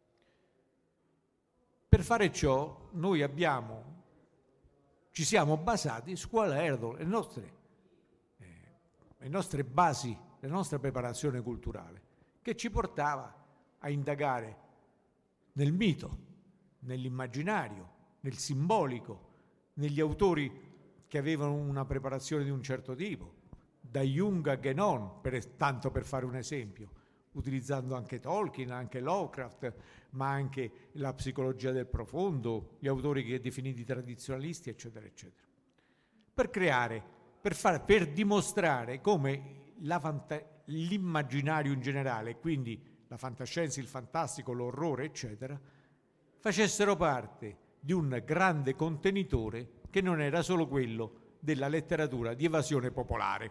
Per fare ciò noi abbiamo, ci siamo basati su quali erano le nostre le nostre basi, la nostra preparazione culturale, che ci portava a indagare nel mito, nell'immaginario, nel simbolico, negli autori che avevano una preparazione di un certo tipo, da Jung a Guénon, per, tanto per fare un esempio, utilizzando anche Tolkien, anche Lovecraft, ma anche la psicologia del profondo, gli autori che definiti tradizionalisti, eccetera, eccetera. Per creare Per, far, per dimostrare come la fanta- l'immaginario in generale, quindi la fantascienza, il fantastico, l'orrore, eccetera, facessero parte di un grande contenitore che non era solo quello della letteratura di evasione popolare,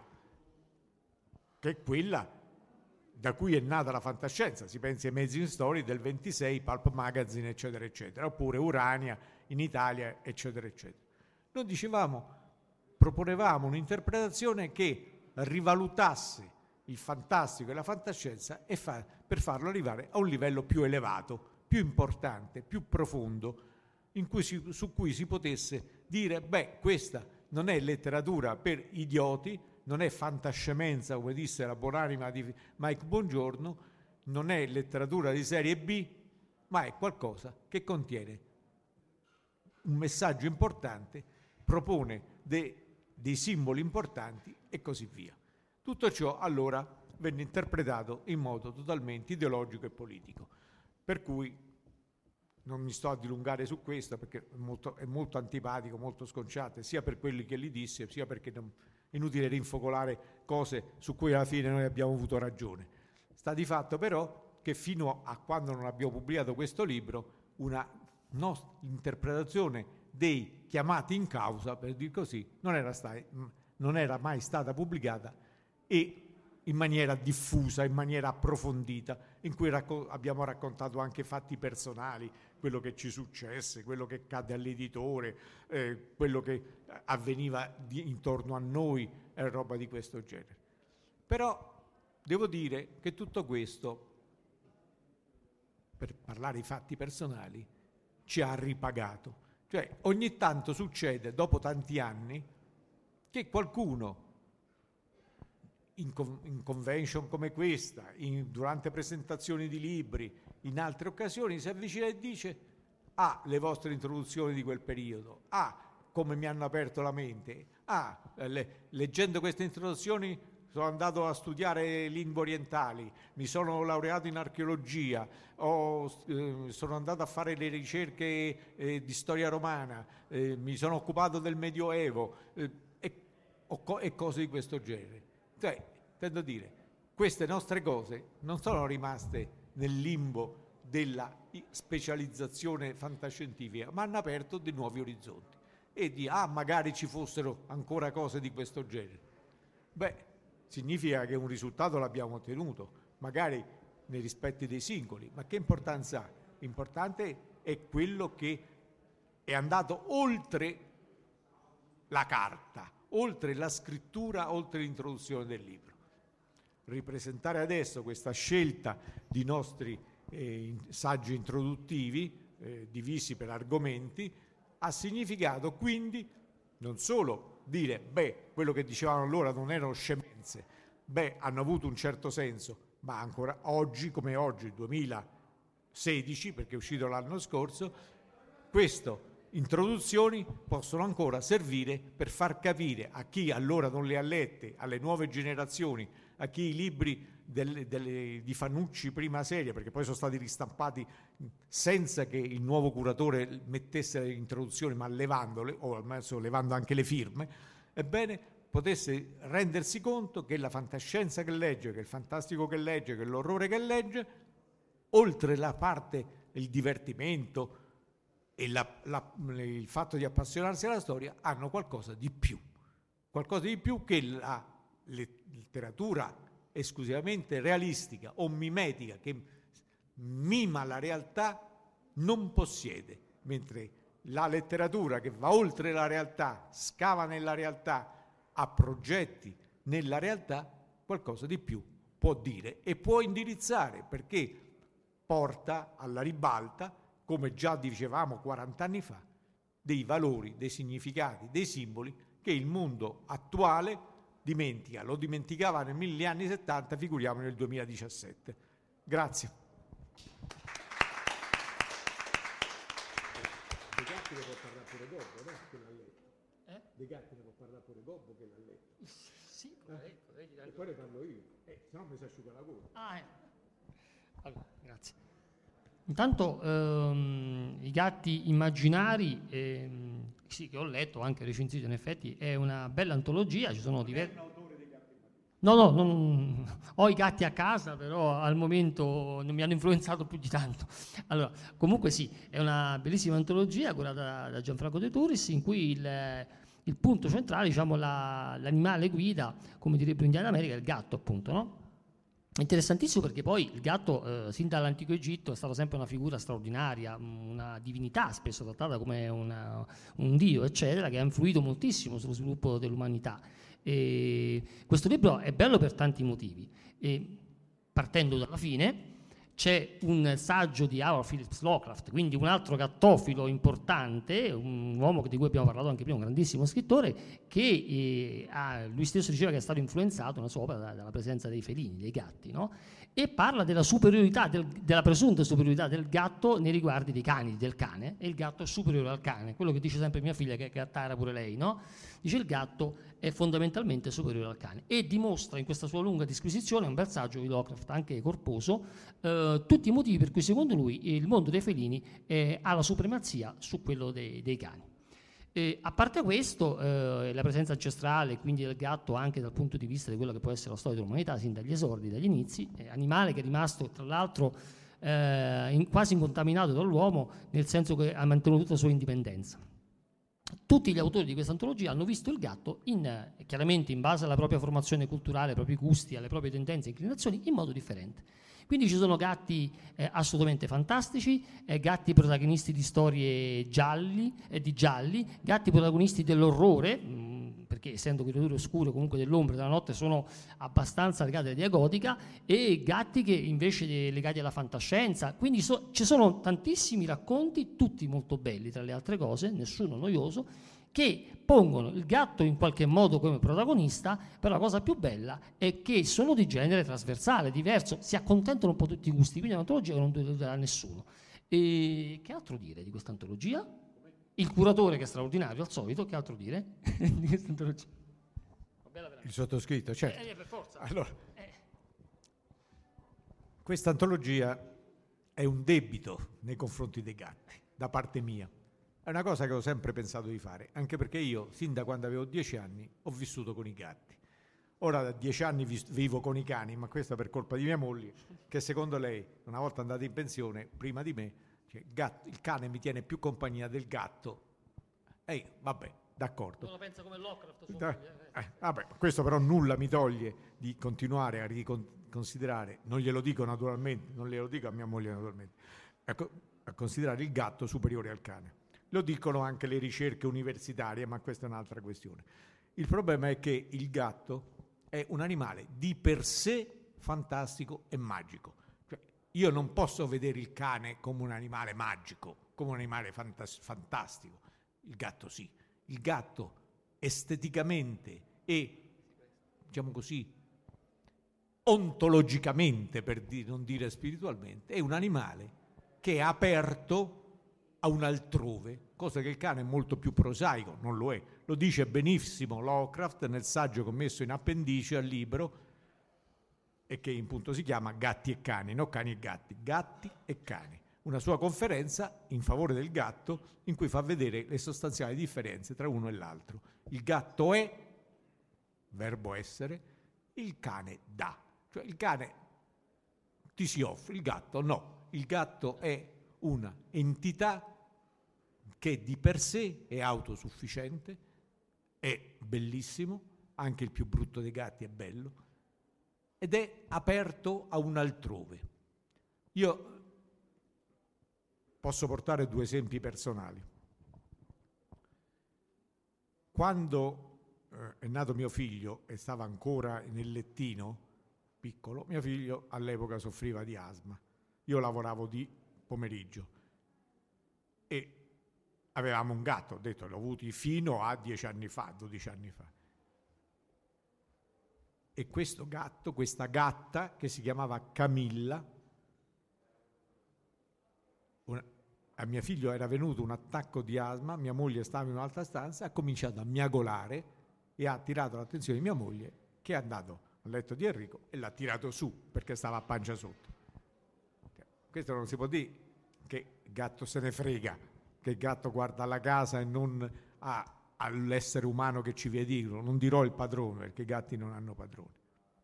che è quella da cui è nata la fantascienza. Si pensi ai Amazing Story del ventisei, Pulp Magazine, eccetera, eccetera, oppure Urania in Italia, eccetera, eccetera. Noi dicevamo, proponevamo un'interpretazione che rivalutasse il fantastico e la fantascienza e fa, per farlo arrivare a un livello più elevato, più importante, più profondo, in cui si, su cui si potesse dire, beh, questa non è letteratura per idioti, non è fantascemenza, come disse la buonanima di Mike Bongiorno, non è letteratura di serie B, ma è qualcosa che contiene un messaggio importante, propone de, dei simboli importanti e così via. Tutto ciò allora venne interpretato in modo totalmente ideologico e politico, per cui non mi sto a dilungare su questo perché è molto, è molto antipatico, molto sconciante, sia per quelli che li disse, sia perché non, è inutile rinfocolare cose su cui alla fine noi abbiamo avuto ragione. Sta di fatto però che fino a quando non abbiamo pubblicato questo libro, una nostra interpretazione dei chiamati in causa, per dir così, non era, sta, non era mai stata pubblicata e in maniera diffusa, in maniera approfondita, in cui racco- abbiamo raccontato anche fatti personali, quello che ci successe, quello che cadde all'editore, eh, quello che avveniva di, intorno a noi e roba di questo genere. Però devo dire che tutto questo, per parlare di fatti personali, ci ha ripagato. Cioè ogni tanto succede, dopo tanti anni, che qualcuno in, con- in convention come questa, in, durante presentazioni di libri, in altre occasioni, si avvicina e dice: ah, le vostre introduzioni di quel periodo, ah, come mi hanno aperto la mente, ah, le, leggendo queste introduzioni sono andato a studiare lingue orientali, mi sono laureato in archeologia, ho, eh, sono andato a fare le ricerche eh, di storia romana, eh, mi sono occupato del Medioevo eh, e, o, e cose di questo genere. Cioè, intendo dire, queste nostre cose non sono rimaste nel limbo della specializzazione fantascientifica, ma hanno aperto dei nuovi orizzonti e di, ah, magari ci fossero ancora cose di questo genere. Beh, significa che un risultato l'abbiamo ottenuto, magari nei rispetti dei singoli, ma che importanza ha? Importante è quello che è andato oltre la carta, oltre la scrittura, oltre l'introduzione del libro. Ripresentare adesso questa scelta di nostri eh, saggi introduttivi, eh, divisi per argomenti, ha significato quindi non solo dire, beh, quello che dicevano allora non erano scemenze, beh, hanno avuto un certo senso, ma ancora oggi, come oggi, duemilasedici, perché è uscito l'anno scorso, queste introduzioni possono ancora servire per far capire a chi allora non le ha lette, alle nuove generazioni, a chi i libri delle, delle, di Fanucci prima serie, perché poi sono stati ristampati senza che il nuovo curatore mettesse le introduzioni, ma levandole, o almeno levando anche le firme, ebbene potesse rendersi conto che la fantascienza che legge, che il fantastico che legge, che l'orrore che legge, oltre la parte, il divertimento e la, la, il fatto di appassionarsi alla storia, hanno qualcosa di più, qualcosa di più che la letteratura esclusivamente realistica o mimetica che mima la realtà non possiede, mentre la letteratura che va oltre la realtà, scava nella realtà, ha progetti nella realtà, qualcosa di più può dire e può indirizzare, perché porta alla ribalta, come già dicevamo quaranta anni fa, dei valori, dei significati, dei simboli che il mondo attuale dimentica. Lo dimenticava negli anni settanta, figuriamo nel duemiladiciassette. Grazie. De Gatti ne può parlare pure Gobbo, no? Che l'ha letto. Eh? De Gatti ne può parlare pure Gobbo che l'ha letto. Sì, potrei, potrei dire. E poi ne parlo io, eh, se no mi si asciuga la gola. Ah, eh. Allora, grazie. Intanto ehm, I gatti immaginari, ehm, sì, che ho letto, anche recensito in effetti, è una bella antologia, ci sono diversi... No, no, non, ho i gatti a casa, però al momento non mi hanno influenzato più di tanto. Allora, comunque sì, è una bellissima antologia curata da Gianfranco De Turris, in cui il, il punto centrale, diciamo, la, l'animale guida, come direbbe in Indiana America, è il gatto, appunto, no? Interessantissimo perché poi il gatto, eh, sin dall'antico Egitto, è stata sempre una figura straordinaria, una divinità spesso trattata come una, un dio, eccetera, che ha influito moltissimo sullo sviluppo dell'umanità. E questo libro è bello per tanti motivi. E partendo dalla fine, c'è un saggio di Howard Phillips Lovecraft, quindi un altro gattofilo importante, un uomo di cui abbiamo parlato anche prima, un grandissimo scrittore, che eh, ha, lui stesso diceva che è stato influenzato nella sua opera dalla presenza dei felini, dei gatti, no? E parla della superiorità, del, della presunta superiorità del gatto nei riguardi dei cani, del cane, e il gatto è superiore al cane, quello che dice sempre mia figlia, che è gattara pure lei, no? Dice il gatto è fondamentalmente superiore al cane, e dimostra in questa sua lunga disquisizione, un bel saggio di Lovecraft anche corposo, eh, tutti i motivi per cui secondo lui il mondo dei felini eh, ha la supremazia su quello dei, dei cani. E a parte questo, eh, la presenza ancestrale, quindi del gatto, anche dal punto di vista di quello che può essere la storia dell'umanità, sin dagli esordi, dagli inizi, eh, animale che è rimasto tra l'altro eh, in, quasi incontaminato dall'uomo, nel senso che ha mantenuto tutta la sua indipendenza. Tutti gli autori di questa antologia hanno visto il gatto, in, chiaramente in base alla propria formazione culturale, ai propri gusti, alle proprie tendenze e inclinazioni, in modo differente. Quindi ci sono gatti eh, assolutamente fantastici, eh, gatti protagonisti di storie gialli, eh, di gialli, gatti protagonisti dell'orrore, mh, perché essendo creature oscure, comunque dell'ombra e della notte, sono abbastanza legati all'idea gotica, e gatti che invece legati alla fantascienza. Quindi so, ci sono tantissimi racconti, tutti molto belli tra le altre cose, nessuno noioso, che pongono il gatto in qualche modo come protagonista, però la cosa più bella è che sono di genere trasversale, diverso, si accontentano un po' tutti i gusti, quindi è un'antologia che non deluderà nessuno. E che altro dire di questa antologia? Il curatore che è straordinario, al solito, che altro dire di questa antologia? Il sottoscritto, certo. Eh, eh, per forza. Allora, Eh. questa antologia è un debito nei confronti dei gatti, da parte mia. È una cosa che ho sempre pensato di fare, anche perché io, sin da quando avevo dieci anni, ho vissuto con i gatti. Ora da dieci anni vivo con i cani, ma questo per colpa di mia moglie, che secondo lei, una volta andata in pensione, prima di me, cioè, gatto, il cane mi tiene più compagnia del gatto. Ehi, vabbè, d'accordo. Non lo pensa come Lovecraft. Da, eh, vabbè, questo però nulla mi toglie di continuare a riconsiderare, non glielo dico naturalmente, non glielo dico a mia moglie naturalmente, a, co- a considerare il gatto superiore al cane. Lo dicono anche le ricerche universitarie, ma questa è un'altra questione. Il problema è che il gatto è un animale di per sé fantastico e magico. Cioè, io non posso vedere il cane come un animale magico, come un animale fantas- fantastico. Il gatto sì. Il gatto esteticamente e, diciamo così, ontologicamente, per di- non dire spiritualmente, è un animale che è aperto a un altrove, cosa che il cane è molto più prosaico, non lo è. Lo dice benissimo Lovecraft nel saggio che ho messo in appendice al libro, e che in punto si chiama Gatti e cani, no cani e gatti, gatti e cani. Una sua conferenza in favore del gatto in cui fa vedere le sostanziali differenze tra uno e l'altro. Il gatto è, verbo essere, il cane dà. Cioè il cane ti si offre, il gatto no. Il gatto è una entità che di per sé è autosufficiente, è bellissimo, anche il più brutto dei gatti è bello, ed è aperto a un altrove. Io posso portare due esempi personali. Quando eh, è nato mio figlio e stava ancora nel lettino, piccolo, mio figlio all'epoca soffriva di asma. Io lavoravo di pomeriggio e avevamo un gatto, ho detto, l'ho avuto fino a dieci anni fa, dodici anni fa. E questo gatto, questa gatta che si chiamava Camilla, una, a mio figlio era venuto un attacco di asma, mia moglie stava in un'altra stanza, ha cominciato a miagolare e ha attirato l'attenzione di mia moglie, che è andato al letto di Enrico e l'ha tirato su perché stava a pancia sotto. Questo non si può dire che il gatto se ne frega, che il gatto guarda la casa e non a, all'essere umano che ci vede. Non dirò il padrone, perché i gatti non hanno padrone.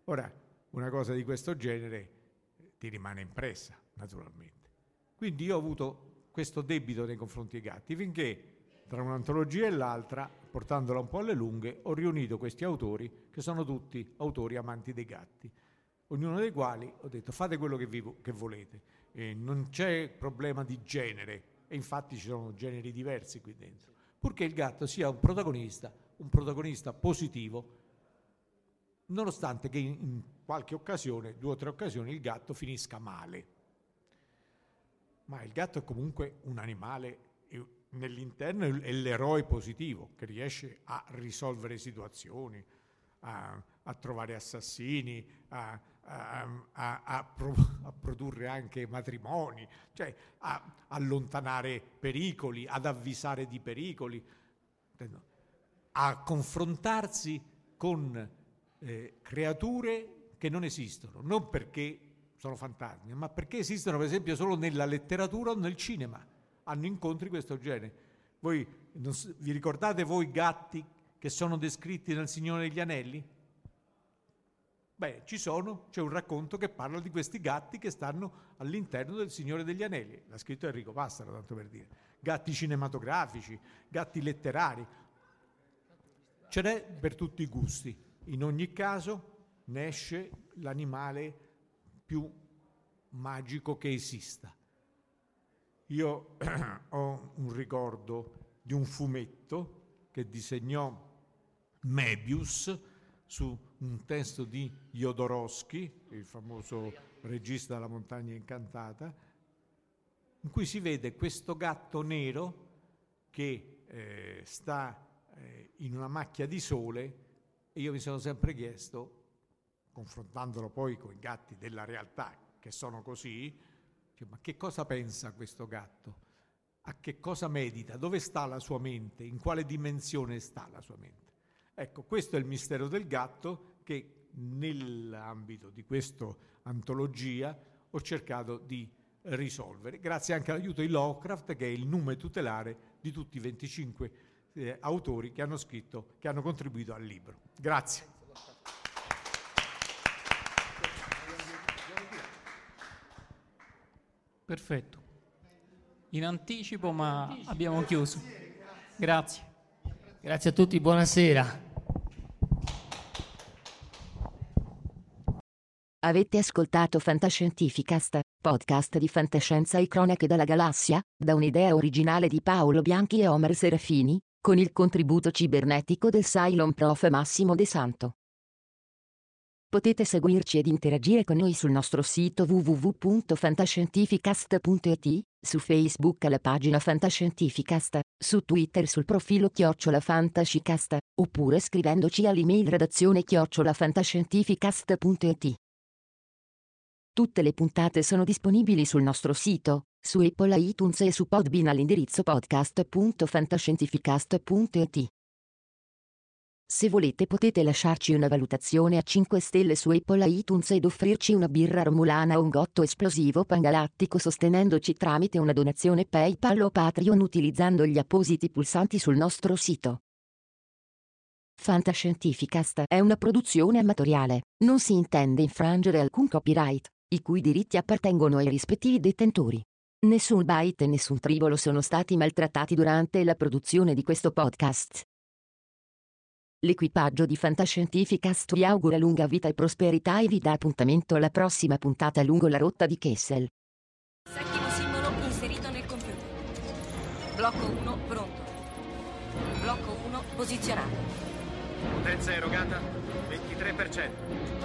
Ora, una cosa di questo genere ti rimane impressa, naturalmente. Quindi io ho avuto questo debito nei confronti dei gatti, finché tra un'antologia e l'altra, portandola un po' alle lunghe, ho riunito questi autori, che sono tutti autori amanti dei gatti, ognuno dei quali ho detto fate quello che, vi, che volete, e non c'è problema di genere, e infatti ci sono generi diversi qui dentro, purché il gatto sia un protagonista, un protagonista positivo, nonostante che in, in qualche occasione, due o tre occasioni, il gatto finisca male. Ma il gatto è comunque un animale, nell'interno è l'eroe positivo, che riesce a risolvere situazioni, a, a trovare assassini, a, a, a, a, pro, a produrre anche matrimoni, cioè a allontanare pericoli, ad avvisare di pericoli, a confrontarsi con eh, creature che non esistono, non perché sono fantasmi, ma perché esistono per esempio solo nella letteratura o nel cinema, hanno incontri di questo genere. Voi non, vi ricordate voi gatti che sono descritti nel Signore degli Anelli? Beh, ci sono, c'è un racconto che parla di questi gatti che stanno all'interno del Signore degli Anelli. L'ha scritto Enrico Passaro, tanto per dire. Gatti cinematografici, gatti letterari. Ce n'è per tutti i gusti. In ogni caso ne esce l'animale più magico che esista. Io ho un ricordo di un fumetto che disegnò Möbius su un testo di Jodorowsky, il famoso regista della Montagna Incantata, in cui si vede questo gatto nero che eh, sta eh, in una macchia di sole, e io mi sono sempre chiesto, confrontandolo poi con i gatti della realtà che sono così, cioè, ma che cosa pensa questo gatto? A che cosa medita? Dove sta la sua mente? In quale dimensione sta la sua mente? Ecco, questo è il mistero del gatto che nell'ambito di questa antologia ho cercato di risolvere, grazie anche all'aiuto di Lovecraft, che è il nume tutelare di tutti i venticinque eh, autori che hanno scritto, che hanno contribuito al libro. Grazie. Perfetto. In anticipo, ma abbiamo chiuso. Grazie. Grazie a tutti, buonasera. Avete ascoltato Fantascientificast, podcast di fantascienza e cronache dalla galassia, da un'idea originale di Paolo Bianchi e Omer Serafini, con il contributo cibernetico del Cylon Prof Massimo De Santo. Potete seguirci ed interagire con noi sul nostro sito w w w punto fantascientificast punto i t, su Facebook alla pagina Fantascientificast, su Twitter sul profilo chiocciola Fantascicast, oppure scrivendoci all'email redazione chiocciola fantascientificast punto i t. Tutte le puntate sono disponibili sul nostro sito, su Apple iTunes e su Podbean all'indirizzo podcast punto fantascientificast punto i t. Se volete potete lasciarci una valutazione a cinque stelle su Apple iTunes ed offrirci una birra romulana o un gotto esplosivo pangalattico sostenendoci tramite una donazione PayPal o Patreon utilizzando gli appositi pulsanti sul nostro sito. Fantascientificast è una produzione amatoriale, non si intende infrangere alcun copyright, i cui diritti appartengono ai rispettivi detentori. Nessun byte e nessun tribolo sono stati maltrattati durante la produzione di questo podcast. L'equipaggio di Fantascientificast vi augura lunga vita e prosperità e vi dà appuntamento alla prossima puntata lungo la rotta di Kessel. Settimo simbolo inserito nel computer. Blocco uno pronto. Blocco uno posizionato. Potenza erogata ventitré per cento.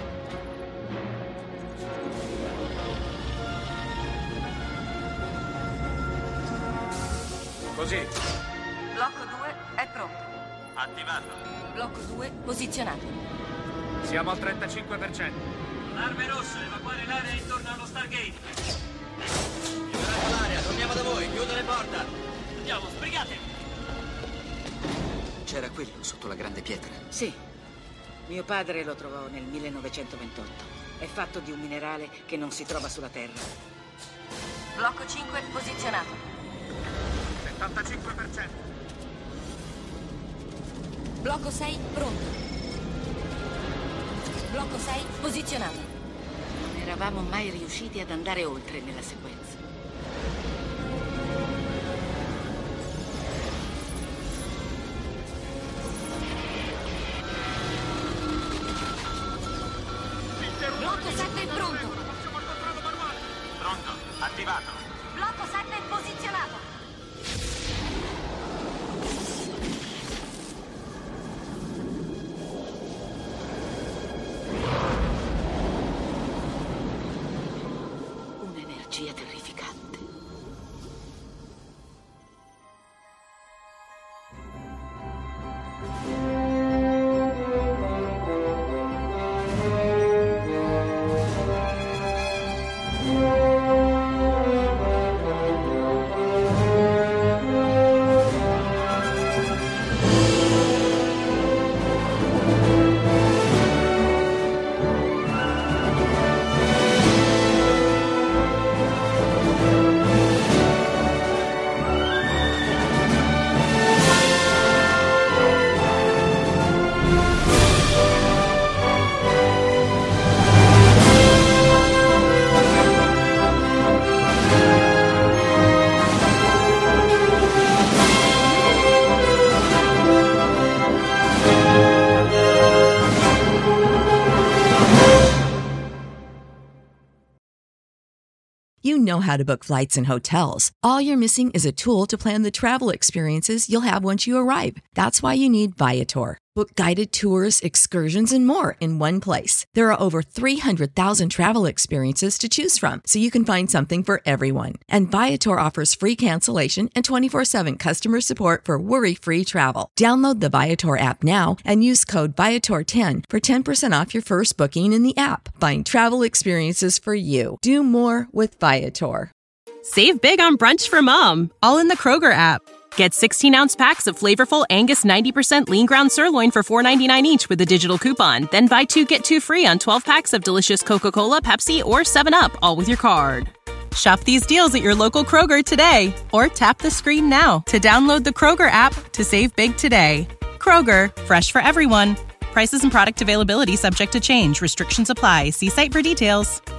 Così. Blocco due è pronto. Attivato. Blocco due posizionato. Siamo al trentacinque per cento. Arme rosse, evacuare l'area intorno allo Stargate. Liberate l'area, torniamo da voi, chiudere porta. Andiamo, sbrigate. C'era quello sotto la grande pietra. Sì. Mio padre lo trovò nel millenovecentoventotto. È fatto di un minerale che non si trova sulla Terra. Blocco cinque posizionato. settantacinque per cento. Blocco sei pronto. Blocco sei, posizionato. Non eravamo mai riusciti ad andare oltre nella sequenza. Blocco sette è pronto. Pronto, attivato. Blocco sette è posizionato. Un'energia terrificante. You know how to book flights and hotels. All you're missing is a tool to plan the travel experiences you'll have once you arrive. That's why you need Viator. Book guided tours, excursions, and more in one place. There are over three hundred thousand travel experiences to choose from, so you can find something for everyone. And Viator offers free cancellation and twenty-four seven customer support for worry-free travel. Download the Viator app now and use code Viator ten for ten percent off your first booking in the app. Find travel experiences for you. Do more with Viator. Save big on brunch for mom, all in the Kroger app. Get sixteen-ounce packs of flavorful Angus ninety percent lean ground sirloin for four ninety-nine each with a digital coupon. Then buy two, get two free on twelve packs of delicious Coca-Cola, Pepsi, or seven up, all with your card. Shop these deals at your local Kroger today, or tap the screen now to download the Kroger app to save big today. Kroger, fresh for everyone. Prices and product availability subject to change. Restrictions apply. See site for details.